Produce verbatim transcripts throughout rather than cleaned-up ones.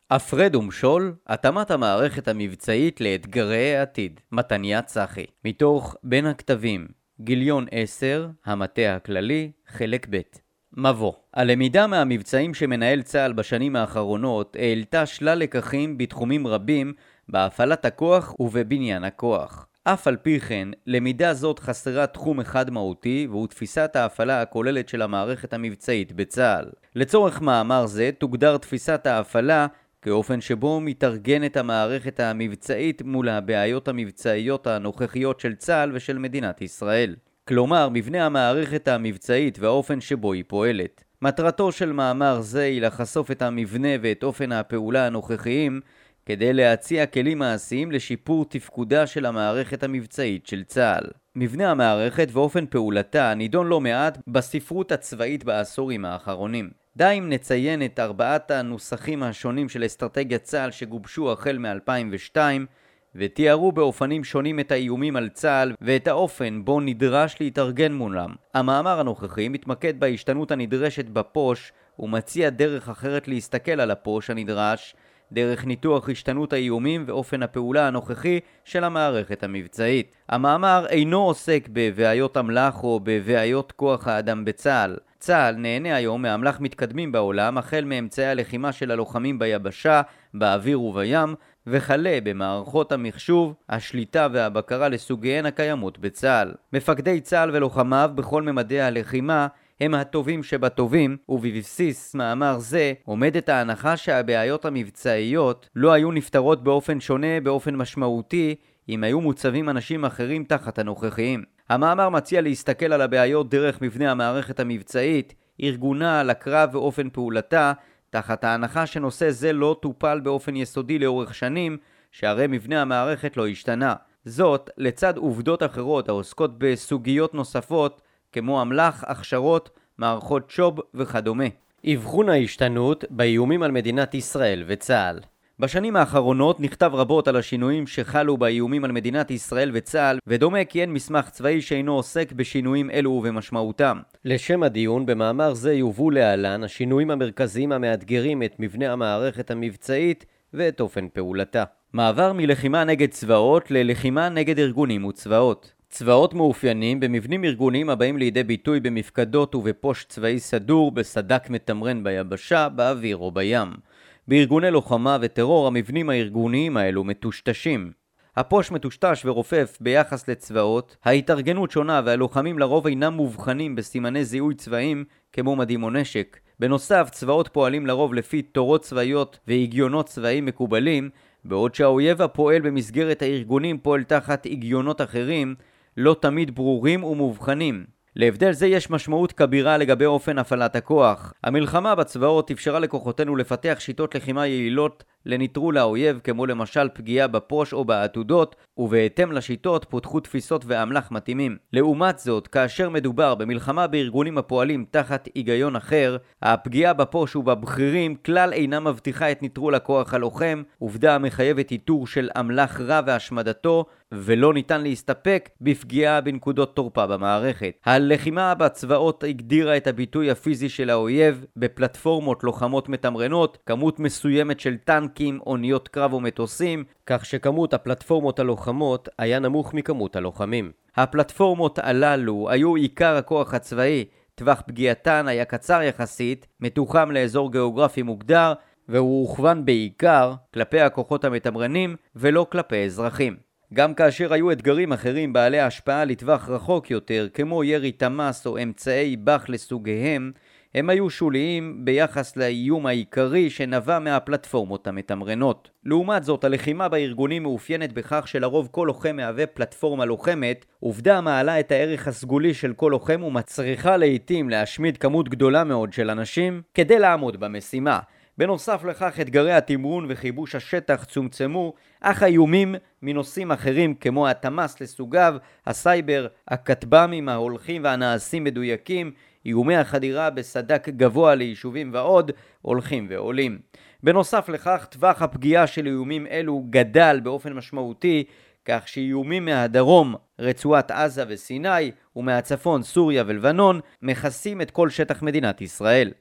הפרד ומשול, התאמת המערכת המבצעית לאתגרי העתיד. מתניה צחי. מתוך בין הכתבים, גיליון עשר, המטה הכללי, חלק ב'. מבוא. הלמידה מהמבצעים שמנהל צה"ל בשנים האחרונות העלתה שלל לקחים בתחומים רבים בהפעלת הכוח ובבניין הכוח. אף על פי כן, למידה זאת חסרה תחום אחד מהותי, והוא תפיסת ההפעלה הכוללת של המערכת המבצעית בצה"ל. לצורך מאמר זה תוגדר תפיסת ההפעלה כאופן שבו מתארגנת המערכת המבצעית מול הבעיות המבצעיות הנוכחיות של צה"ל ושל מדינת ישראל. כלומר, מבנה המערכת המבצעית והאופן שבו היא פועלת. מטרתו של מאמר זה היא לחשוף את המבנה ואת אופן הפעולה הנוכחיים, כדי להציע כלים מעשיים לשיפור תפקודה של המערכת המבצעית של צה"ל. מבנה המערכת ואופן פעולתה נידון לא מעט בספרות הצבאית בעשורים האחרונים. די אם נציין את ארבעת הנוסחים השונים של אסטרטגיית צה"ל שגובשו החל מ-אלפיים ושתיים, ותיארו באופנים שונים את האיומים על צה"ל ואת האופן בו נדרש להתארגן מולם. המאמר הנוכחי מתמקד בהשתנות הנדרשת בפוש ומציע דרך אחרת להסתכל על הפוש הנדרש, דרך ניתוח השתנות האיומים ואופן הפעולה הנוכחי של המערכת המבצעית. המאמר אינו עוסק בבעיות אמל"ח או בבעיות כוח האדם בצה"ל. צה"ל נהנה היום מאמל"ח מתקדמים בעולם, החל מאמצעי הלחימה של הלוחמים ביבשה, באוויר ובים, וכלה במערכות המחשוב, השליטה והבקרה לסוגיהן הקיימות בצה"ל. מפקדי צה"ל ולוחמיו בכל ממדי הלחימה הם הטובים שבטובים, ובבסיס מאמר זה עומדת ההנחה שהבעיות המבצעיות לא היו נפתרות באופן שונה, באופן משמעותי, אם היו מוצבים אנשים אחרים תחת הנוכחיים. המאמר מציע להסתכל על הבעיות דרך מבנה המערכת המבצעית, ארגונה, לקרב ואופן פעולתה, תחת ההנחה שנושא זה לא טופל באופן יסודי לאורך שנים, שהרי מבנה המערכת לא השתנה. זאת לצד עובדות אחרות העוסקות בסוגיות נוספות, כמו אמל"ח, הכשרות, מערכות שוב וכדומה. אבחון ההשתנות באיומים על מדינת ישראל וצה"ל. בשנים האחרונות נכתב רבות על השינויים שחלו באיומים על מדינת ישראל וצה"ל, ודומה כי אין מסמך צבאי שאינו עוסק בשינויים אלו ובמשמעותם. לשם הדיון במאמר זה יובאו להלן השינויים המרכזיים המאתגרים את מבנה המערכת המבצעית ואת אופן פעולתה. מעבר מלחימה נגד צבאות ללחימה נגד ארגונים וצבאות. צבאות מאופיינים במבנים ארגוניים הבאים לידי ביטוי במפקדות ובפוש צבאי סדור, בסדק מתמרן ביבשה, באוויר או בים. בארגוני לוחמה וטרור המבנים הארגוניים האלו מטושטשים. הפוש מטושטש ורופף ביחס לצבאות, ההתארגנות שונה והלוחמים לרוב אינם מובחנים בסימני זיהוי צבאיים כמו מדים או נשק. בנוסף, צבאות פועלים לרוב לפי תורות צבאיות והגיונות צבאיים מקובלים, בעוד שהאויב הפועל במסגרת הארגונים פועל תחת הגיונות אחרים, לא תמיד ברורים ומובחנים. להבדל זה יש משמעות כבירה לגבי אופן הפעלת הכוח. המלחמה בצבאות אפשרה לכוחותינו לפתח שיטות לחימה יעילות לנטרול האויב, כמו למשל פגיעה בפוש או בעתודות, ובהתאם לשיטות פותחו תפיסות ואמל"ח מתאימים. לעומת זאת, כאשר מדובר במלחמה בארגונים הפועלים תחת היגיון אחר, הפגיעה בפוש ובבכירים כלל אינה מבטיחה את נטרול הכוח הלוחם, עובדה המחייבת איתור של אמל"ח רע והשמדתו, ולא ניתן להסתפק בפגיעה בנקודות תורפה במערכת. הלחימה בצבאות הגדירה את הביטוי הפיזי של האויב בפלטפורמות לוחמות מתמרנות, כמות מסוימת של טנקים, אוניות קרב ומטוסים, כך שכמות הפלטפורמות הלוחמות היה נמוך מכמות הלוחמים. הפלטפורמות הללו היו עיקר הכוח הצבאי, טווח פגיעתן היה קצר יחסית, מתוחם לאזור גיאוגרפי מוגדר, והוא הוכוון בעיקר כלפי הכוחות המתמרנים ולא כלפי אזרחים. גם כאשר היו אתגרים אחרים בעלי השפעה לטווח רחוק יותר, כמו ירי תמ"ס או אמצעי בח לסוגיהם, הם היו שוליים ביחס לאיום העיקרי שנבע מהפלטפורמות המתמרנות. לעומת זאת, הלחימה בארגונים מאופיינת בכך שלרוב כל לוחם מהווה פלטפורמה לוחמת, עובדה מעלה את הערך הסגולי של כל לוחם ומצריכה לעתים להשמיד כמות גדולה מאוד של אנשים כדי לעמוד במשימה. בנוסף לכך, אתגרי התמרון וחיבוש השטח צומצמו, אך האיומים מנושאים אחרים כמו התמ"ס לסוגיו, הסייבר, הכטב"מים ההולכים והנעשים מדויקים, איומי החדירה בסדק גבוה ליישובים ועוד, הולכים ועולים. בנוסף לכך, טווח הפגיעה של איומים אלו גדל באופן משמעותי, כך שאיומים מהדרום, רצועת עזה וסיני, ומהצפון סוריה ולבנון, מכסים את כל שטח מדינת ישראל.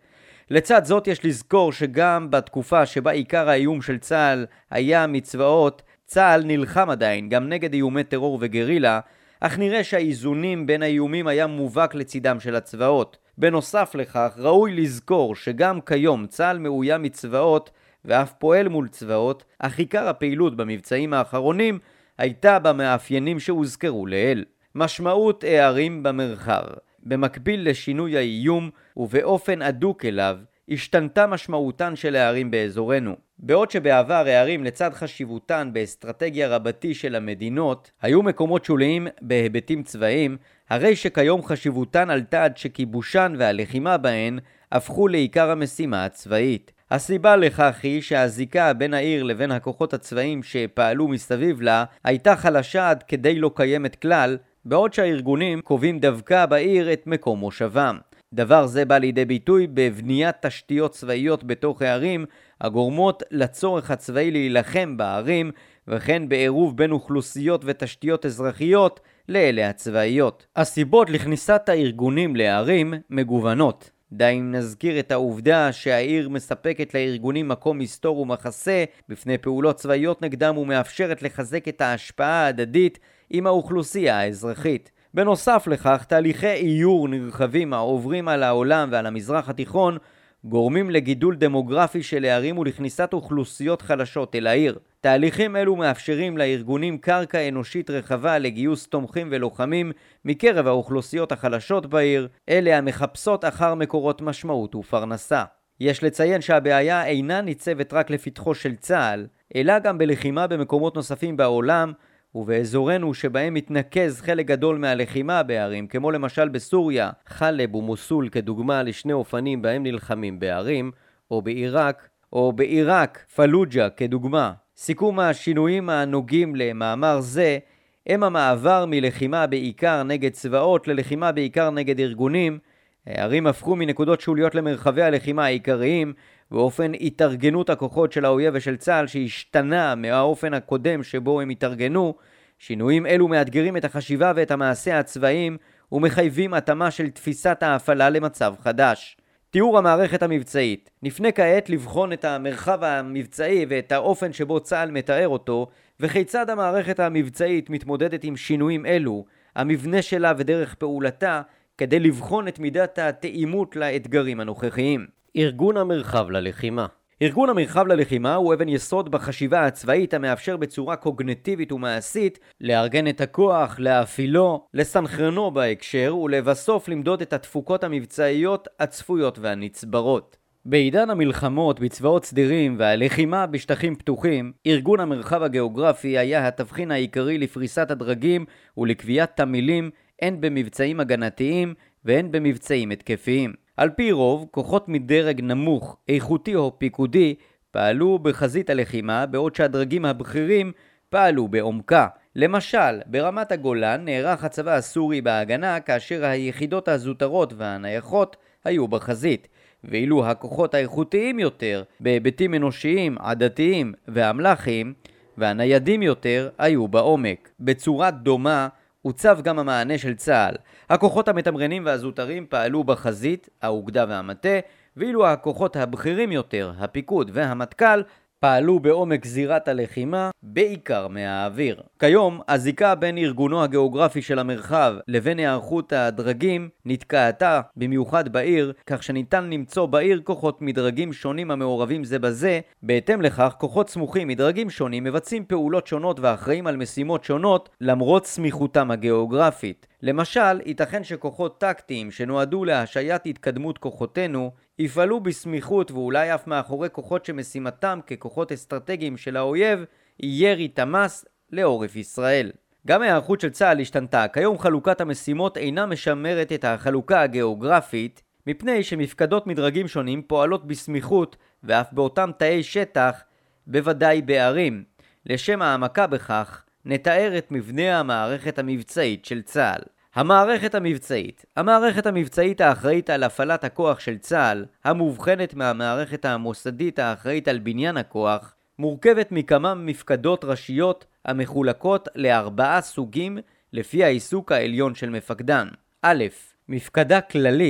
לצד זאת יש לזכור שגם בתקופה שבה עיקר האיום של צה"ל היה מצבאות, צה"ל נלחם עדיין גם נגד איומי טרור וגרילה, אך נראה שהאיזונים בין האיומים היה מובהק לצידם של הצבאות. בנוסף לכך, ראוי לזכור שגם כיום צה"ל מאוים מצבאות ואף פועל מול צבאות, אך עיקר הפעילות במבצעים האחרונים הייתה במאפיינים שהוזכרו לעיל. משמעות הערים במרחב. במקביל לשינוי האיום ובאופן עדוק אליו, השתנתה משמעותן של הערים באזורנו. בעוד שבעבר הערים לצד חשיבותן באסטרטגיה רבתי של המדינות, היו מקומות שוליים בהיבטים צבאיים, הרי שכיום חשיבותן עלתה עד שכיבושן והלחימה בהן הפכו לעיקר המשימה הצבאית. הסיבה לכך היא שהזיקה בין העיר לבין הכוחות הצבאיים שפעלו מסביב לה הייתה חלשה עד כדי לא קיימת כלל, בעוד שהארגונים קובעים דווקא בעיר את מקום מושבם. דבר זה בא לידי ביטוי בבניית תשתיות צבאיות בתוך הערים, הגורמות לצורך הצבאי להילחם בערים, וכן בעירוב בין אוכלוסיות ותשתיות אזרחיות לאלה הצבאיות. הסיבות לכניסת הארגונים לערים מגוונות. די אם נזכיר את העובדה שהעיר מספקת לארגונים מקום מסתור ומחסה בפני פעולות צבאיות נגדם ומאפשרת לחזק את ההשפעה ההדדית עם האוכלוסייה האזרחית. בנוסף לכך, תהליכי איור נרחבים העוברים על העולם ועל המזרח התיכון גורמים לגידול דמוגרפי של הערים ולכניסת אוכלוסיות חלשות אל העיר. תהליכים אלו מאפשרים לארגונים קרקע אנושית רחבה לגיוס תומכים ולוחמים מקרב האוכלוסיות החלשות בעיר, אלה המחפשות אחר מקורות משמעות ופרנסה. יש לציין שהבעיה אינה ניצבת רק לפתחו של צה"ל, אלא גם בלחימה במקומות נוספים בעולם, ובאזורנו שבהם מתנקז חלק גדול מהלחימה בערים, כמו למשל בסוריה, חלב ומוסול כדוגמה לשני אופנים בהם נלחמים בערים, או בעיראק, או בעיראק, פלוג'ה כדוגמה. סיכום השינויים הנוגעים למאמר זה הם המעבר מלחימה בעיקר נגד צבאות ללחימה בעיקר נגד ארגונים. הערים הפכו מנקודות שוליות למרחבי הלחימה העיקריים, ואופן התארגנות הכוחות של האויב ושל צה"ל שהשתנה מהאופן הקודם שבו הם התארגנו. שינויים אלו מאתגרים את החשיבה ואת המעשה הצבאיים ומחייבים התאמה של תפיסת ההפעלה למצב חדש. תיאור המערכת המבצעית. נפנה כעת לבחון את המרחב המבצעי ואת האופן שבו צה"ל מתאר אותו, וכיצד המערכת המבצעית מתמודדת עם שינויים אלו, המבנה שלה ודרך פעולתה, כדי לבחון את מידת התאימות לאתגרים הנוכחיים. ארגון המרחב ללחימה. ארגון המרחב ללחימה הוא אבן יסוד בחשיבה הצבאית המאפשר בצורה קוגניטיבית ומעשית לארגן את הכוח, להפעילו, לסנכרנו בהקשר ולבסוף למדוד את התפוקות המבצעיות הצפויות והנצברות. בעידן המלחמות בצבאות סדירים והלחימה בשטחים פתוחים, ארגון המרחב הגיאוגרפי היה התבחין העיקרי לפריסת הדרגים ולקביעת תמילים הן במבצעים הגנתיים והן במבצעים התקפיים. על פי רוב, כוחות מדרג נמוך, איכותי או פיקודי פעלו בחזית הלחימה, בעוד שהדרגים הבכירים פעלו בעומקה. למשל, ברמת הגולן נערך הצבא הסורי בהגנה כאשר היחידות הזוטרות והנייחות היו בחזית, ואילו הכוחות האיכותיים יותר, בהיבטים אנושיים, עדתיים ואמל"חיים, והניידים יותר היו בעומק. בצורה דומה הוצב גם המענה של צה"ל. הכוחות המתמרנים והזוטרים פעלו בחזית, האוגדה והמטה, ואילו הכוחות הבכירים יותר, הפיקוד והמטכ"ל, פעלו בעומק זירת הלחימה, בעיקר מהאוויר. כיום, הזיקה בין ארגונו הגיאוגרפי של המרחב לבין היערכות הדרגים נתקעתה במיוחד בעיר, כך שניתן למצוא בעיר כוחות מדרגים שונים המעורבים זה בזה. בהתאם לכך, כוחות סמוכים מדרגים שונים מבצעים פעולות שונות ואחראים על משימות שונות למרות סמיכותם הגיאוגרפית. למשל, ייתכן שכוחות טקטיים שנועדו להשעיית התקדמות כוחותינו יפעלו בסמיכות ואולי אף מאחורי כוחות שמשימתם ככוחות אסטרטגיים של האויב היא ירי תמ"ס לעורף ישראל. גם ההיערכות של צה"ל השתנתה. כיום חלוקת המשימות אינה משמרת את החלוקה הגיאוגרפית, מפני שמפקדות מדרגים שונים פועלות בסמיכות ואף באותם תאי שטח, בוודאי בערים. לשם העמקה בכך, נתאר את מבנה המערכת המבצעית של צה"ל. המערכת המבצעית. המערכת המבצעית האחראית על הפעלת הכוח של צה"ל, המובחנת מהמערכת המוסדית האחראית על בניין הכוח, מורכבת מכמה מפקדות ראשיות המחולקות לארבעה סוגים לפי העיסוק העליון של מפקדן. א', מפקדה כללית,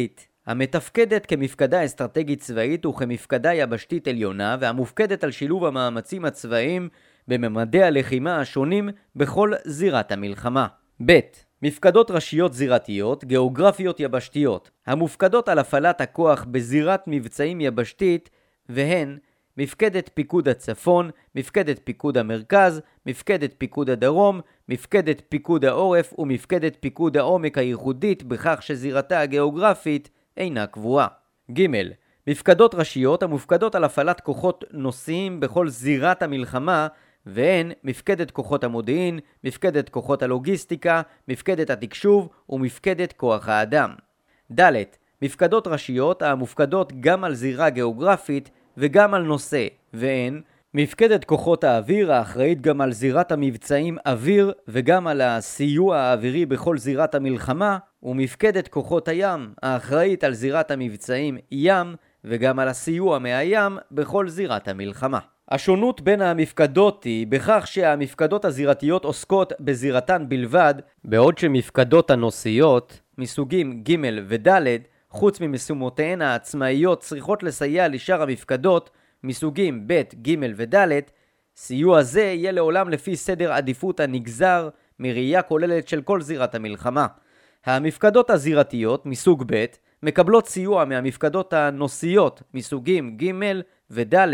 המתפקדת כמפקדה אסטרטגית צבאית וכמפקדה יבשתית עליונה והמופקדת על שילוב המאמצים הצבאיים בממדי הלחימה השונים בכל זירת המלחמה. ב. מפקדות ראשיות זירתיות, גיאוגרפיות יבשתיות, המופקדות על הפעלת הכוח בזירת מבצעים יבשתית, והן מפקדת פיקוד הצפון, מפקדת פיקוד המרכז, מפקדת פיקוד הדרום, מפקדת פיקוד העורף ומפקדת פיקוד העומק הייחודית בכך שזירתה הגיאוגרפית אינה קבועה. ג. מפקדות ראשיות המופקדות על הפעלת כוחות נושאים בכל זירת המלחמה, והן מפקדת כוחות המודיעין, מפקדת כוחות הלוגיסטיקה, מפקדת התקשוב ומפקדת כוח האדם. ד. מפקדות ראשיות המופקדות גם על זירה גיאוגרפית וגם על נושא, והן מפקדת כוחות האוויר האחראית גם על זירת המבצעים אוויר וגם על הסיוע האווירי בכל זירת המלחמה, ומפקדת כוחות הים האחראית על זירת המבצעים ים וגם על הסיוע מהים בכל זירת המלחמה. השונות בין המפקדות היא בכך שהמפקדות הזירתיות עוסקות בזירתן בלבד, בעוד שמפקדות הנושאיות מסוגים ג' וד' חוץ ממשימותיהן העצמאיות צריכות לסייע לשאר המפקדות מסוגים ב', ג' וד'. סיוע זה יהיה לעולם לפי סדר עדיפות הנגזר מראייה כוללת של כל זירת המלחמה. המפקדות הזירתיות מסוג ב' מקבלות סיוע מהמפקדות הנושאיות מסוגים ג' וד',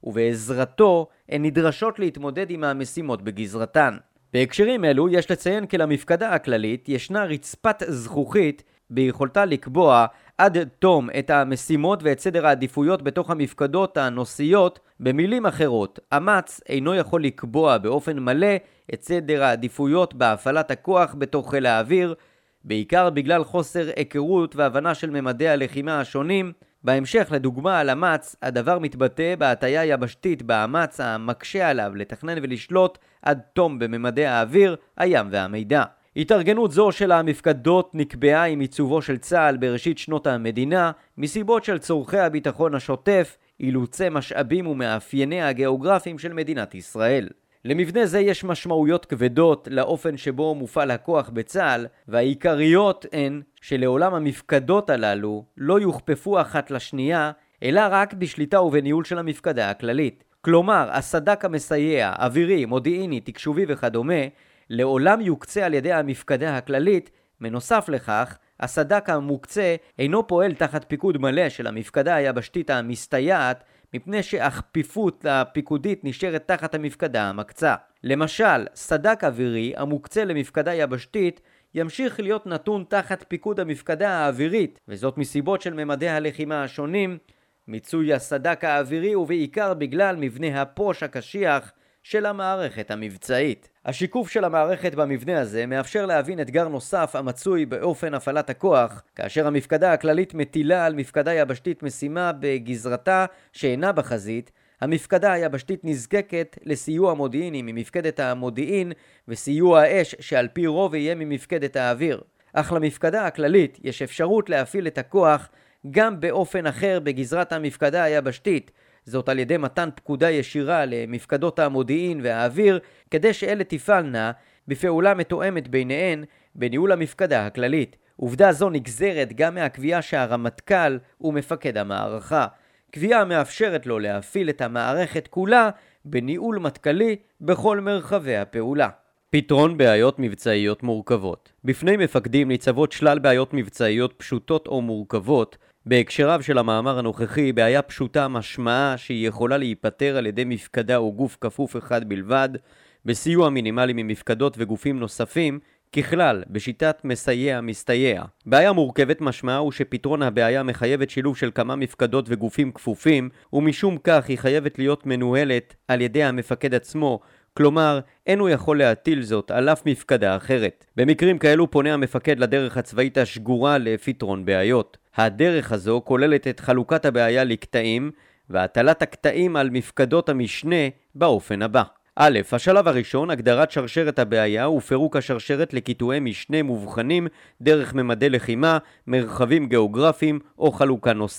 ובעזרתו הן נדרשות להתמודד עם המשימות בגזרתן. בהקשרים אלו יש לציין כי למפקדה הכללית ישנה רצפת זכוכית ביכולתה לקבוע עד תום את המשימות ואת סדר העדיפויות בתוך המפקדות הנושאיות. במילים אחרות, אמ"ץ אינו יכול לקבוע באופן מלא את סדר העדיפויות בהפעלת הכוח בתוך חיל האוויר, בעיקר בגלל חוסר היכרות והבנה של ממדי הלחימה השונים. בהמשך לדוגמה על אמ"ץ, הדבר מתבטא בהטיה יבשתית באמ"ץ המקשה עליו לתכנן ולשלוט עד תום בממדי האוויר, הים והמידע. התארגנות זו של המפקדות נקבעה עם עיצובו של צה"ל בראשית שנות המדינה מסיבות של צורכי הביטחון השוטף, אילוצי משאבים ומאפייניה הגיאוגרפיים של מדינת ישראל. למבנה זה יש משמעויות כבדות לאופן שבו מופעל הכוח בצה"ל, והעיקריות הן שלעולם המפקדות הללו לא יוכפפו אחת לשנייה, אלא רק בשליטה ובניהול של המפקדה הכללית. כלומר, הסד"כ המסייע, אווירי, מודיעיני, תקשובי וכדומה, לעולם יוקצה על ידי המפקדה הכללית. מנוסף לכך, הסד"כ המוקצה אינו פועל תחת פיקוד מלא של המפקדה היבשתית המסתייעת, מפני שהכפיפות הפיקודית נשארת תחת המפקדה המקצה. למשל, סד"כ אווירי המוקצה למפקדה יבשתית ימשיך להיות נתון תחת פיקוד המפקדה האווירית, וזאת מסיבות של ממדי הלחימה השונים, מיצוי הסד"כ האווירי ובעיקר בגלל מבנה הפוש הקשיח של המערכת המבצעית. השיקוף של המערכת במבנה הזה מאפשר להבין אתגר נוסף המצוי באופן הפעלת הכוח, כאשר המפקדה הכללית מטילה על מפקדה יבשתית משימה בגזרתה שאינה בחזית. המפקדה היבשתית נזקקת לסיוע מודיעיני ממפקדת המודיעין וסיוע האש שעל פי רוב יהיה ממפקדת האוויר. אך למפקדה הכללית יש אפשרות להפעיל את הכוח גם באופן אחר בגזרת המפקדה היבשתית, זאת על ידי מתן פקודה ישירה למפקדות המודיעין והאוויר, כדי שאלה תפעלנה בפעולה מתואמת ביניהן בניהול המפקדה הכללית. עובדה זו נגזרת גם מהקביעה שהרמטכ"ל הוא מפקד המערכה, קביעה מאפשרת לו להפעיל את המערכת כולה בניהול מטכ"לי בכל מרחבי הפעולה. פתרון בעיות מבצעיות מורכבות. בפני מפקדים ניצבות שלל בעיות מבצעיות פשוטות או מורכבות. בהקשריו של המאמר הנוכחי, בעיה פשוטה משמעה שהיא יכולה להיפטר על ידי מפקדה או גוף כפוף אחד בלבד, בסיוע מינימלי ממפקדות וגופים נוספים, ככלל בשיטת מסייע מסתייע. בעיה מורכבת משמעה הוא שפתרון הבעיה מחייבת שילוב של כמה מפקדות וגופים כפופים, ומשום כך היא חייבת להיות מנוהלת על ידי המפקד עצמו, כלומר, אין הוא יכול להטיל זאת על אף מפקדה אחרת. במקרים כאלו פונה המפקד לדרך הצבאית השגורה לפתרון בעיות. הדרך הזו כוללת את חלוקת הבעיה לקטעים, והטלת הקטעים על מפקדות המשנה באופן הבא. א', השלב הראשון, הגדרת שרשרת הבעיה ופירוק השרשרת לקיטועי משנה מובחנים דרך ממדי לחימה, מרחבים גיאוגרפיים או חלוקה נושאית.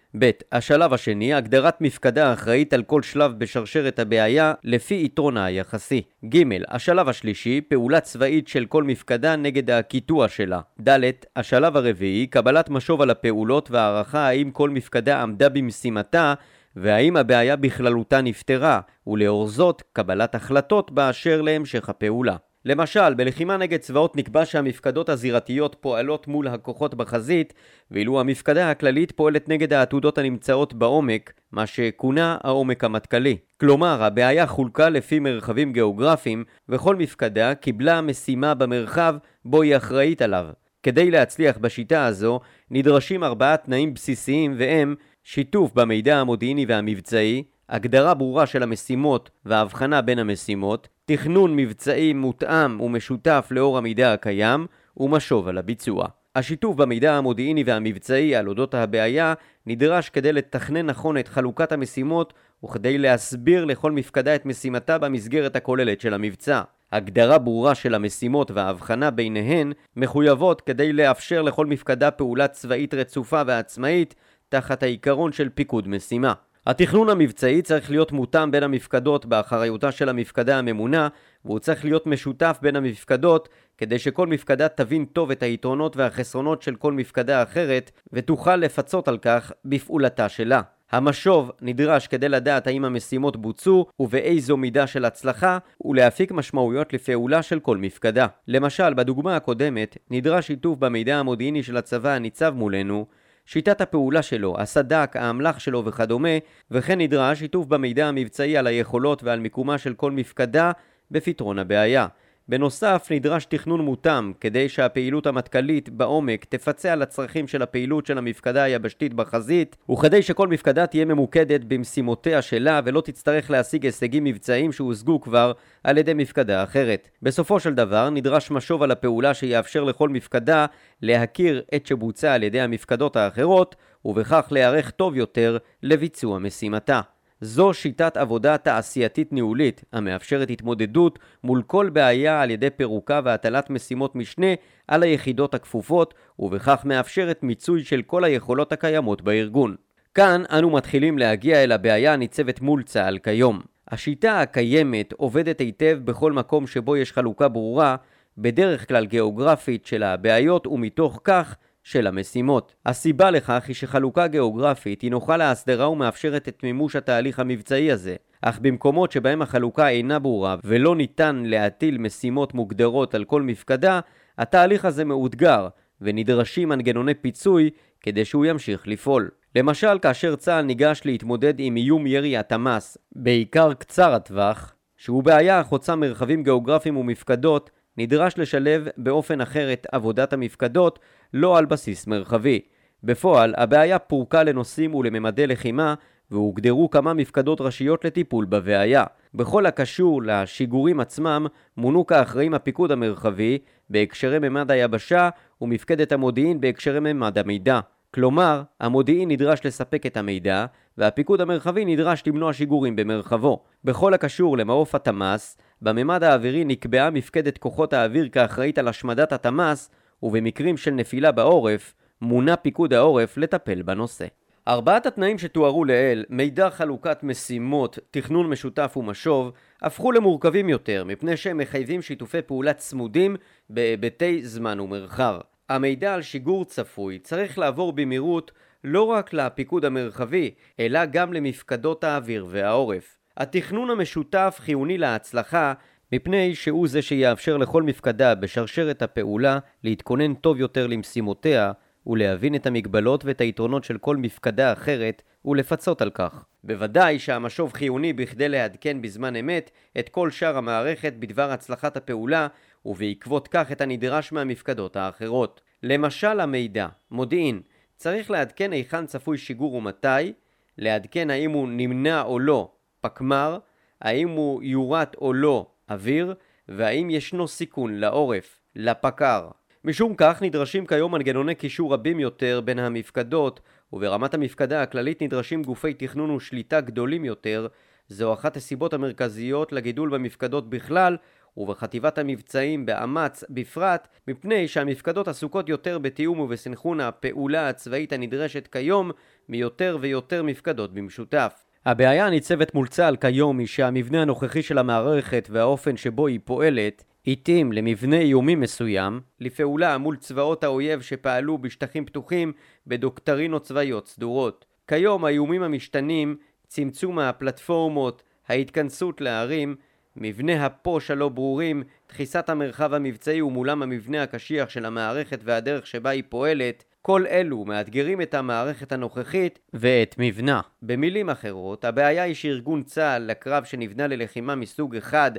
ב. השלב השני, הגדרת מפקדה אחראית על כל שלב בשרשרת הבעיה לפי יתרונה היחסי. ג. השלב השלישי, פעולה צבאית של כל מפקדה נגד הקיטוע שלה. ד. השלב הרביעי, קבלת משוב על הפעולות והערכה האם כל מפקדה עמדה במשימתה והאם הבעיה בכללותה נפתרה, ולאור זאת קבלת החלטות באשר להמשך הפעולה. למשל, בלחימה נגד צבאות נקבע שהמפקדות הזירתיות פועלות מול הכוחות בחזית, ואילו המפקדה הכללית פועלת נגד העתודות הנמצאות בעומק, מה שכונה העומק המטכ"לי. כלומר, הבעיה חולקה לפי מרחבים גיאוגרפיים, וכל מפקדה קיבלה משימה במרחב בו היא אחראית עליו. כדי להצליח בשיטה הזו, נדרשים ארבעה תנאים בסיסיים והם שיתוף במידע המודיעיני והמבצעי, הגדרה ברורה של המשימות וההבחנה בין המשימות, תכנון מבצעי מותאם ומשותף לאור המידע הקיים, ומשוב על הביצוע. השיתוף במידע המודיעיני והמבצעי על אודות הבעיה נדרש כדי לתכנן נכון את חלוקת המשימות וכדי להסביר לכל מפקדה את משימתה במסגרת הכוללת של המבצע. הגדרה ברורה של המשימות וההבחנה ביניהן מחויבות כדי לאפשר לכל מפקדה פעולה צבאית רצופה ועצמאית תחת העיקרון של פיקוד משימה. התכנון המבצעי צריך להיות מותאם בין המפקדות באחריותה של המפקדה הממונה, והוא צריך להיות משותף בין המפקדות כדי שכל מפקדה תבין טוב את היתרונות והחסרונות של כל מפקדה אחרת ותוכל לפצות על כך בפעולתה שלה. המשוב נדרש כדי לדעת האם המשימות בוצעו ובאיזו מידה של הצלחה ולהפיק משמעויות לפעולה של כל מפקדה. למשל, בדוגמה הקודמת נדרש שיתוף במידע המודיעיני של הצבא הניצב מולנו, שיטת הפעולה שלו, הסד"כ, האמל"ח שלו וכדומה, וכן נדרש שיתוף במידע המבצעי על היכולות ועל מיקומה של כל מפקדה בפתרון הבעיה. בנוסף, נדרש תכנון מותאם כדי שהפעילות המטכ"לית בעומק תפצה על הצרכים של הפעילות של המפקדה היבשתית בחזית, וכדי שכל מפקדה תהיה ממוקדת במשימותיה שלה ולא תצטרך להשיג הישגים מבצעיים שהושגו כבר על ידי מפקדה אחרת. בסופו של דבר, נדרש משוב על הפעולה שיאפשר לכל מפקדה להכיר את שבוצע על ידי המפקדות האחרות, ובכך להיערך טוב יותר לביצוע משימתה. זו שיטת עבודה תעשייתית ניהולית המאפשרת התמודדות מול כל בעיה על ידי פירוקה והטלת משימות משנה על היחידות הכפופות, ובכך מאפשרת מיצוי של כל היכולות הקיימות בארגון. כאן אנו מתחילים להגיע אל הבעיה הניצבת מול צה"ל כיום. השיטה הקיימת עובדת היטב בכל מקום שבו יש חלוקה ברורה, בדרך כלל גיאוגרפית של הבעיות ומתוך כך של המשימות. הסיבה לכך היא שחלוקה גיאוגרפית היא נוחה להסדרה ומאפשרת את מימוש התהליך המבצעי הזה. אך במקומות שבהם החלוקה אינה ברורה ולא ניתן להטיל משימות מוגדרות על כל מפקדה, התהליך הזה מאותגר ונדרשים מנגנוני פיצוי כדי שהוא ימשיך לפעול. למשל, כאשר צה"ל ניגש להתמודד עם איום ירי התמ"ס, בעיקר קצר הטווח, שהוא בעיה החוצה מרחבים גיאוגרפיים ומפקדות, נדרש לשלב באופן אחר את עבודת המפקדות, לא על בסיס מרחבי. בפועל, הבעיה פורקה לנושאים ולממדי לחימה, והוגדרו כמה מפקדות ראשיות לטיפול בבעיה. בכל הקשור לשיגורים עצמם, מונו כאחראים הפיקוד המרחבי, בהקשרי ממד היבשה, ומפקדת המודיעין בהקשרי ממד המידע. כלומר, המודיעין נדרש לספק את המידע, והפיקוד המרחבי נדרש למנוע שיגורים במרחבו. בכל הקשור למעוף התמ"ס, בממד האווירי נקבעה מפקדת כוחות האוויר כאחראית על השמדת התמ"ס, ובמקרים של נפילה בעורף, מונה פיקוד העורף לטפל בנושא. ארבעת התנאים שתוארו לעיל, מידע, חלוקת משימות, תכנון משותף ומשוב, הפכו למורכבים יותר, מפני שהם מחייבים שיתופי פעולה צמודים בהיבטי זמן ומרחב. המידע על שיגור צפוי צריך לעבור במהירות לא רק לפיקוד המרחבי, אלא גם למפקדות האוויר והעורף. התכנון המשותף חיוני להצלחה, מפני שהוא זה שיאפשר לכל מפקדה בשרשרת הפעולה להתכונן טוב יותר למשימותיה, ולהבין את המגבלות ואת היתרונות של כל מפקדה אחרת ולפצות על כך. בוודאי שהמשוב חיוני בכדי לעדכן בזמן אמת את כל שאר המערכת בדבר הצלחת הפעולה, ובעקבות כך את הנדרש מהמפקדות האחרות. למשל המידע, מודיעין, צריך לעדכן היכן צפוי שיגור ומתי, לעדכן האם הוא נמנע או לא, פקמר, האם הוא יורט או לא, אוויר, והאם ישנו סיכון לעורף, לפקר. משום כך נדרשים כיום מנגנוני קישור רבים יותר בין המפקדות, וברמת המפקדה הכללית נדרשים גופי תכנון ושליטה גדולים יותר. זו אחת הסיבות המרכזיות לגידול במפקדות בכלל, ובחטיבת המבצעים באמ"ץ בפרט, מפני שהמפקדות עסוקות יותר בתיאום ובסנכרון הפעולה הצבאית הנדרשת כיום מיותר ויותר מפקדות במשותף. הבעיה הניצבת מול צה"ל כיום היא שהמבנה הנוכחי של המערכת והאופן שבו היא פועלת התאים למבנה איומי מסוים לפעולה מול צבאות האויב שפעלו בשטחים פתוחים בדוקטרינות צבאיות סדורות. כיום האיומים המשתנים, צמצום הפלטפורמות, ההתכנסות לערים, מבנה הפוש הלא ברורים, דחיסת המרחב המבצעי ומולם המבנה הקשיח של המערכת והדרך שבה היא פועלת, כל אלו מאתגרים את המערכת הנוכחית ואת מבנה. במילים אחרות, הבעיה היא שארגון צה"ל לקרב שנבנה ללחימה מסוג אחד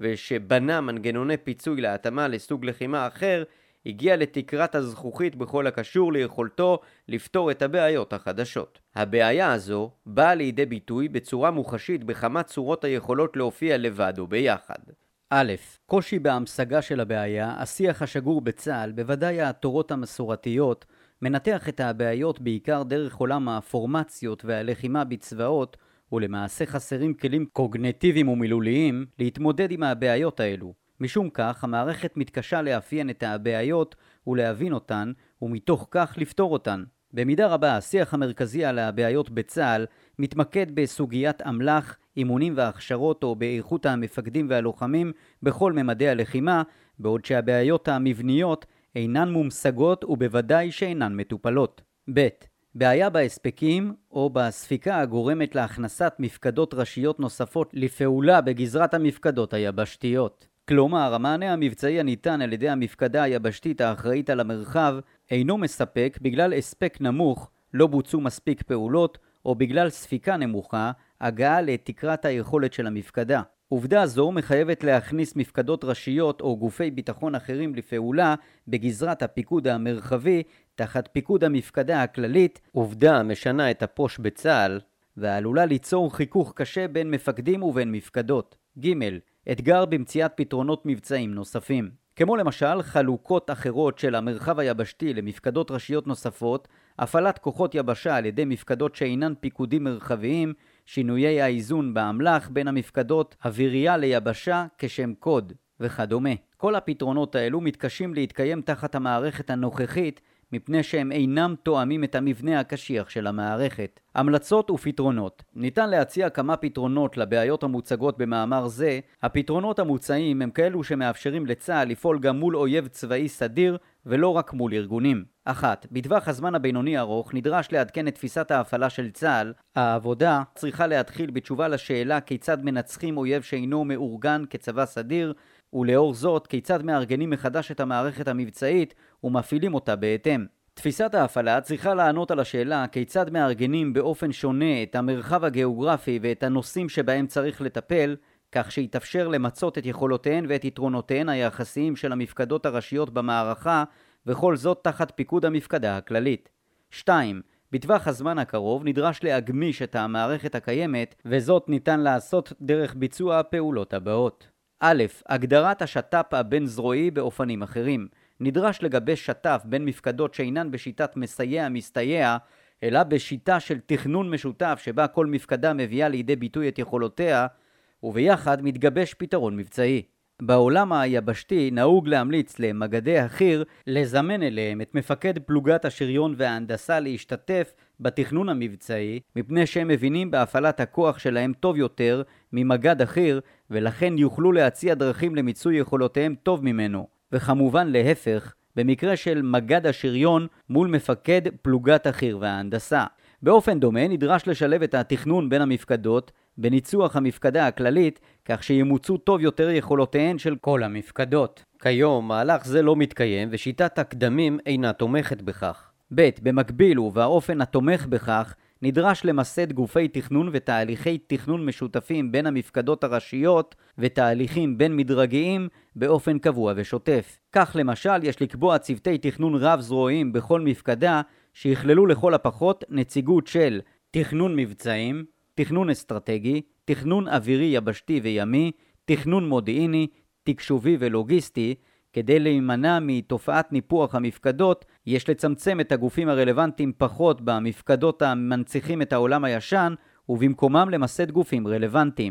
ושבנה מנגנוני פיצוי להתאמה לסוג לחימה אחר, הגיע לתקרת הזכוכית בכל הקשור ליכולתו לפתור את הבעיות החדשות. הבעיה הזו באה לידי ביטוי בצורה מוחשית בכמה צורות היכולות להופיע לבד או ביחד. א', קושי בהמשגה של הבעיה, השיח השגור בצה"ל, בוודאי התורות המסורתיות, מנתח את הבעיות בעיקר דרך עולם הפורמציות והלחימה בצבאות, ולמעשה חסרים כלים קוגניטיביים ומילוליים להתמודד עם הבעיות האלו. משום כך, המערכת מתקשה לאפיין את הבעיות ולהבין אותן, ומתוך כך לפתור אותן. במידה רבה, השיח המרכזי על הבעיות בצה"ל מתמקד בסוגיית אמל"ח, אימונים והכשרות או באיכות המפקדים והלוחמים בכל ממדי הלחימה, בעוד שהבעיות המבניות אינן מומשגות ובוודאי שאינן מטופלות. ב' בעיה בהספקים או בספיקה הגורמת להכנסת מפקדות ראשיות נוספות לפעולה בגזרת המפקדות היבשתיות. כלומר, המענה המבצעי הניתן על ידי המפקדה היבשתית האחראית על המרחב אינו מספק בגלל הספק נמוך, לא בוצעו מספיק פעולות, או בגלל ספיקה נמוכה, הגעה לתקרת היכולת של המפקדה. עובדה זו מחייבת להכניס מפקדות ראשיות או גופי ביטחון אחרים לפעולה בגזרת הפיקוד המרחבי תחת פיקוד המפקדה הכללית, עובדה משנה את הפוש בצה"ל ועלולה ליצור חיכוך קשה בין מפקדים ובין מפקדות. ג' אתגר במציאת פתרונות מבצעים נוספים. כמו למשל חלוקות אחרות של המרחב היבשתי למפקדות ראשיות נוספות, הפעלת כוחות יבשה על ידי מפקדות שאינן פיקודים מרחביים, שינויי האיזון באמל"ח בין המפקדות אווירייה ליבשה כשם קוד וכדומה. כל הפתרונות האלו מתקשים להתקיים תחת המערכת הנוכחית מפני שהם אינם תואמים את המבנה הקשיח של המערכת. המלצות ופתרונות. ניתן להציע כמה פתרונות לבעיות המוצגות במאמר זה. הפתרונות המוצעים הם כאלו שמאפשרים לצה"ל לפעול גם מול אויב צבאי סדיר ולא רק מול ארגונים. אחת, בטווח הזמן הבינוני ארוך נדרש לעדכן את תפיסת ההפעלה של צה"ל. העבודה צריכה להתחיל בתשובה לשאלה כיצד מנצחים אויב שאינו מאורגן כצבא סדיר, ולאור זאת כיצד מארגנים מחדש את המערכת המבצעית ומפעילים אותה בהתאם. תפיסת ההפעלה צריכה לענות על השאלה כיצד מארגנים באופן שונה את המרחב הגיאוגרפי ואת הנושאים שבהם צריך לטפל, כך שיתאפשר למצות את יכולותיהן ואת יתרונותיהן היחסיים של המפקדות הראשיות במערכה, וכל זאת תחת פיקוד המפקדה הכללית. שתיים. בטווח הזמן הקרוב נדרש להגמיש את המערכת הקיימת, וזאת ניתן לעשות דרך ביצוע הפעולות הבאות. א', הגדרת השת"פ הבין זרועי באופנים אחרים. נדרש לגבש שת"פ בין מפקדות שאינן בשיטת מסייע מסתייע, אלא בשיטה של תכנון משותף שבה כל מפקדה מביאה לידי ביטוי את יכולותיה, וביחד מתגבש פתרון מבצעי. בעולם היבשתי נהוג להמליץ למגדי החי"ר לזמן אליהם את מפקד פלוגת השריון וההנדסה להשתתף בתכנון המבצעי, מפני שהם מבינים בהפעלת הכוח שלהם טוב יותר ממגד החי"ר, ולכן יוכלו להציע דרכים למיצוי יכולותיהם טוב ממנו. וכמובן להפך, במקרה של מגד השריון מול מפקד פלוגת החי"ר וההנדסה. באופן דומה נדרש לשלב את התכנון בין המפקדות בניצוח המפקדה הכללית, כך שימוצו טוב יותר יכולותיהן של כל המפקדות. כיום מהלך זה לא מתקיים ושיטת הקדמים אינה תומכת בכך. ב' במקביל ובאופן התומך בכך, נדרש למסד גופי תכנון ותהליכי תכנון משותפים בין המפקדות הראשיות ותהליכים בין מדרגיים באופן קבוע ושוטף. כך למשל יש לקבוע צוותי תכנון רב זרועיים בכל מפקדה שיכללו לכל הפחות נציגות של תכנון מבצעים, תכנון אסטרטגי, תכנון אווירי יבשתי וימי, תכנון מודיעיני, תקשובי ולוגיסטי. כדי להימנע מתופעת ניפוח המפקדות, יש לצמצם את הגופים הרלוונטיים פחות במפקדות המנציחים את העולם הישן, ובמקומם למסד גופים רלוונטיים.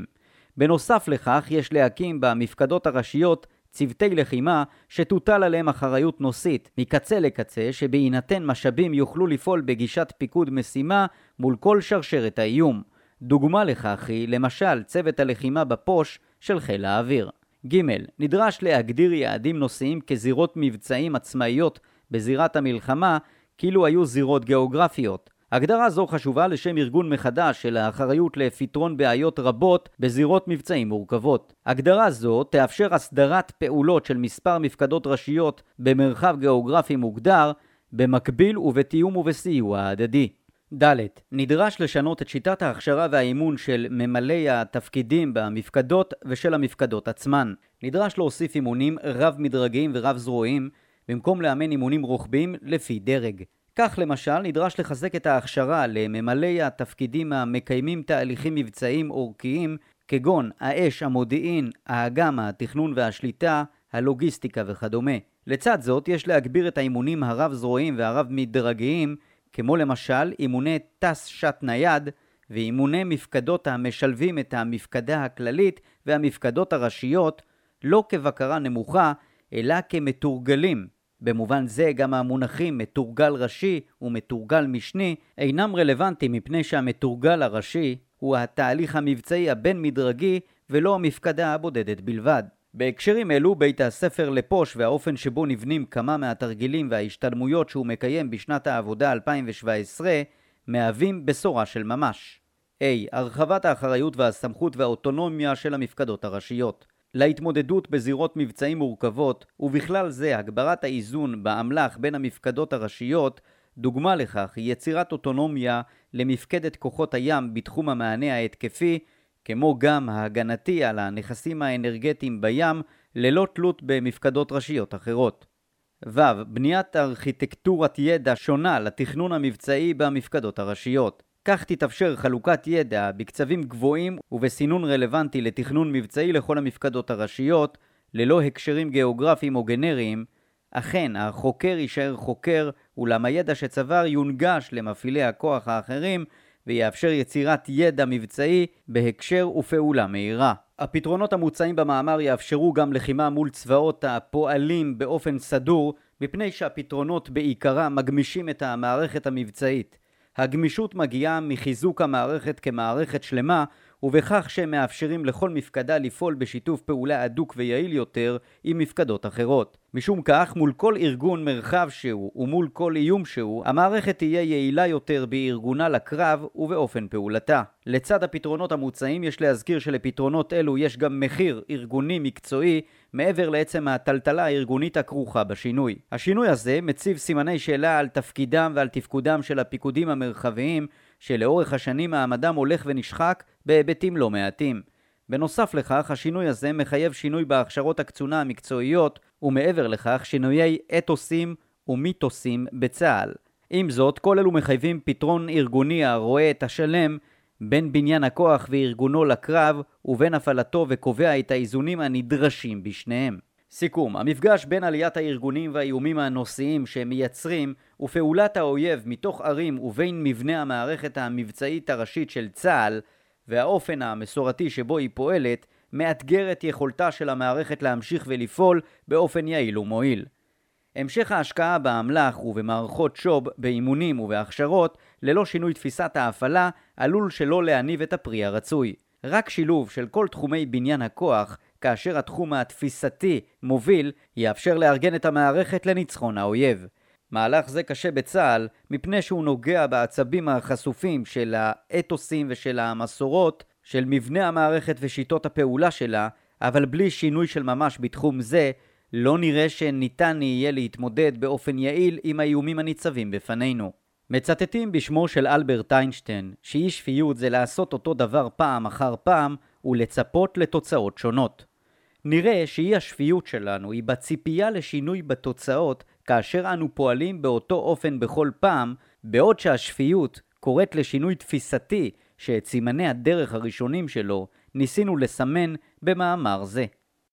בנוסף לכך, יש להקים במפקדות הראשיות צוותי לחימה שתוטל עליהם אחריות נושאית מקצה לקצה, שבהינתן משאבים יוכלו לפעול בגישת פיקוד משימה מול כל שרשרת האיום. דוגמה לכך היא למשל צוות הלחימה בפוש של חיל האוויר. ג' נדרש להגדיר יעדים נושאיים כזירות מבצעים עצמאיות בזירת המלחמה, כאילו היו זירות גיאוגרפיות. הגדרה זו חשובה לשם ארגון מחדש של האחריות לפתרון בעיות רבות בזירות מבצעים מורכבות. הגדרה זו תאפשר הסדרת פעולות של מספר מפקדות ראשיות במרחב גיאוגרפי מוגדר, במקביל ובתיאום ובסיוע הדדי. ד' נדרש לשנות את שיטת ההכשרה והאימון של ממלאי התפקידים במפקדות ושל המפקדות עצמן. נדרש להוסיף אימונים רב מדרגיים ורב זרועיים, במקום לאמן אימונים רוחביים לפי דרג. כך למשל נדרש לחזק את ההכשרה לממלאי התפקידים המקיימים תהליכים מבצעיים אורכיים, כגון האש, המודיעין, האגם, התכנון והשליטה, הלוגיסטיקה וכדומה. לצד זאת יש להגביר את האימונים הרב זרועיים והרב מדרגיים, כמו למשל אימוני טס שט נייד ואימוני מפקדות המשלבים את המפקדה הכללית והמפקדות הראשיות, לא כבקרה נמוכה אלא כמתורגלים. במובן זה גם המונחים מתורגל ראשי ומתורגל משני אינם רלוונטיים, מפני שהמתורגל הראשי הוא התהליך המבצעי הבין מדרגי ולא המפקדה הבודדת בלבד. בהקשרים אלו בית הספר לפוש והאופן שבו נבנים כמה מהתרגילים וההשתלמויות שהוא מקיים בשנת העבודה אלפיים שבע עשרה מהווים בשורה של ממש. A. הרחבת האחריות והסמכות והאוטונומיה של המפקדות הראשיות. להתמודדות בזירות מבצעים מורכבות, ובכלל זה הגברת האיזון באמל"ח בין המפקדות הראשיות, דוגמה לכך היא יצירת אוטונומיה למפקדת כוחות הים בתחום המענה ההתקפי, כמו גם ההגנתי על הנכסים האנרגטיים בים, ללא תלות במפקדות ראשיות אחרות. ו. בניית ארכיטקטורת ידע שונה לתכנון המבצעי במפקדות הראשיות. כך תתאפשר חלוקת ידע בקצבים גבוהים ובסינון רלוונטי לתכנון מבצעי לכל המפקדות הראשיות, ללא הקשרים גיאוגרפיים או גנריים. אכן, החוקר יישאר חוקר, אולם הידע שצבר יונגש למפעילי הכוח האחרים, ויאפשר יצירת ידע מבצעי בהקשר ופעולה מהירה. הפתרונות המוצעים במאמר יאפשרו גם לחימה מול צבאות הפועלים באופן סדור, מפני שהפתרונות בעיקרה מגמישים את המערכת המבצעית. הגמישות מגיעה מחיזוק המערכת כמערכת שלמה, ובכך שהם מאפשרים לכל מפקדה לפעול בשיתוף פעולה הדוק ויעיל יותר עם מפקדות אחרות. משום כך, מול כל ארגון מרחב שהוא ומול כל איום שהוא, המערכת תהיה יעילה יותר בארגונה לקרב ובאופן פעולתה. לצד הפתרונות המוצעים יש להזכיר שלפתרונות אלו יש גם מחיר ארגוני מקצועי, מעבר לעצם הטלטלה הארגונית הכרוכה בשינוי. השינוי הזה מציב סימני שאלה על תפקידם ועל תפקודם של הפיקודים המרחביים, שלאורך השנים מעמדם הולך ונשחק בהיבטים לא מעטים. בנוסף לכך, השינוי הזה מחייב שינוי בהכשרות הקצונה המקצועיות, ומעבר לכך שינויי אתוסים ומיתוסים בצה"ל. עם זאת, כל אלו מחייבים פתרון ארגוני הרואה את השלם בין בניין הכוח וארגונו לקרב, ובין הפעלתו וקובע את האיזונים הנדרשים בשניהם. סיכום, המפגש בין עליית הארגונים והאיומים הנושאיים שהם מייצרים ופעולת האויב מתוך ערים ובין מבנה המערכת המבצעית הראשית של צה"ל והאופן המסורתי שבו היא פועלת, מאתגר את יכולתה של המערכת להמשיך ולפעול באופן יעיל ומועיל. המשך ההשקעה באמל"ח ובמערכות שוב, באימונים ובהכשרות, ללא שינוי תפיסת ההפעלה, עלול שלא להניב את הפרי הרצוי. רק שילוב של כל תחומי בניין הכוח, כאשר התחום התפיסתי מוביל, יאפשר לארגן את המערכת לניצחון האויב. מהלך זה קשה בצה"ל, מפני שהוא נוגע בעצבים החשופים של האתוסים ושל המסורות, של מבנה המערכת ושיטות הפעולה שלה, אבל בלי שינוי של ממש בתחום זה, לא נראה שניתן יהיה להתמודד באופן יעיל עם האיומים הניצבים בפנינו. מצטטים בשמו של אלברט איינשטיין, שאי שפיות זה לעשות אותו דבר פעם אחר פעם ולצפות לתוצאות שונות. נראה שאי השפיות שלנו היא בציפייה לשינוי בתוצאות כאשר אנו פועלים באותו אופן בכל פעם, בעוד שהשפיות קוראת לשינוי תפיסתי שאת סימני הדרך הראשונים שלו ניסינו לסמן במאמר זה.